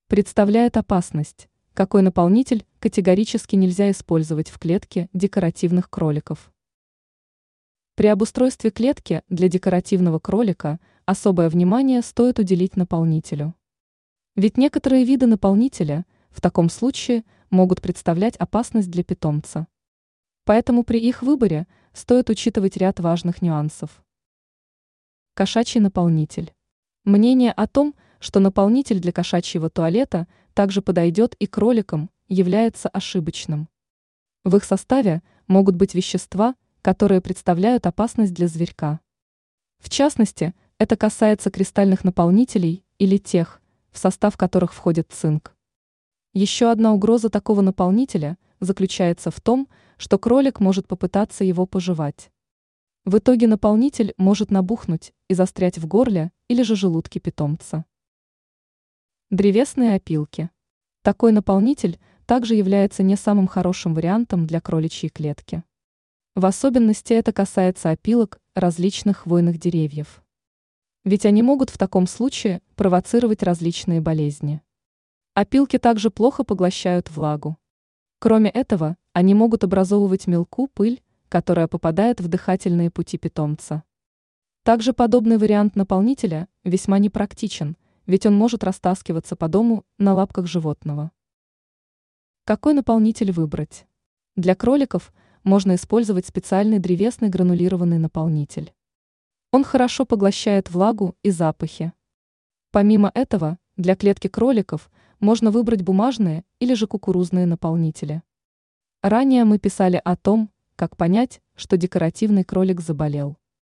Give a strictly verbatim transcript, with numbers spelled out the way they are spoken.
Представляет опасность. Какой наполнитель категорически нельзя использовать в клетке декоративных кроликов? При обустройстве клетки для декоративного кролика особое внимание стоит уделить наполнителю. Ведь некоторые виды наполнителя в таком случае могут представлять опасность для питомца. Поэтому при их выборе стоит учитывать ряд важных нюансов. Кошачий наполнитель. Мнение о том, что наполнитель для кошачьего туалета также подойдет и кроликам, является ошибочным. В их составе могут быть вещества, которые представляют опасность для зверька. В частности, это касается кристальных наполнителей или тех, в состав которых входит цинк. Еще одна угроза такого наполнителя заключается в том, что кролик может попытаться его пожевать. В итоге наполнитель может набухнуть и застрять в горле или же желудке питомца. Древесные опилки. Такой наполнитель также является не самым хорошим вариантом для кроличьей клетки. В особенности это касается опилок различных хвойных деревьев. Ведь они могут в таком случае провоцировать различные болезни. Опилки также плохо поглощают влагу. Кроме этого, они могут образовывать мелку, пыль, которая попадает в дыхательные пути питомца. Также подобный вариант наполнителя весьма непрактичен, ведь он может растаскиваться по дому на лапках животного. Какой наполнитель выбрать? Для кроликов можно использовать специальный древесный гранулированный наполнитель. Он хорошо поглощает влагу и запахи. Помимо этого, для клетки кроликов можно выбрать бумажные или же кукурузные наполнители. Ранее мы писали о том, как понять, что декоративный кролик заболел.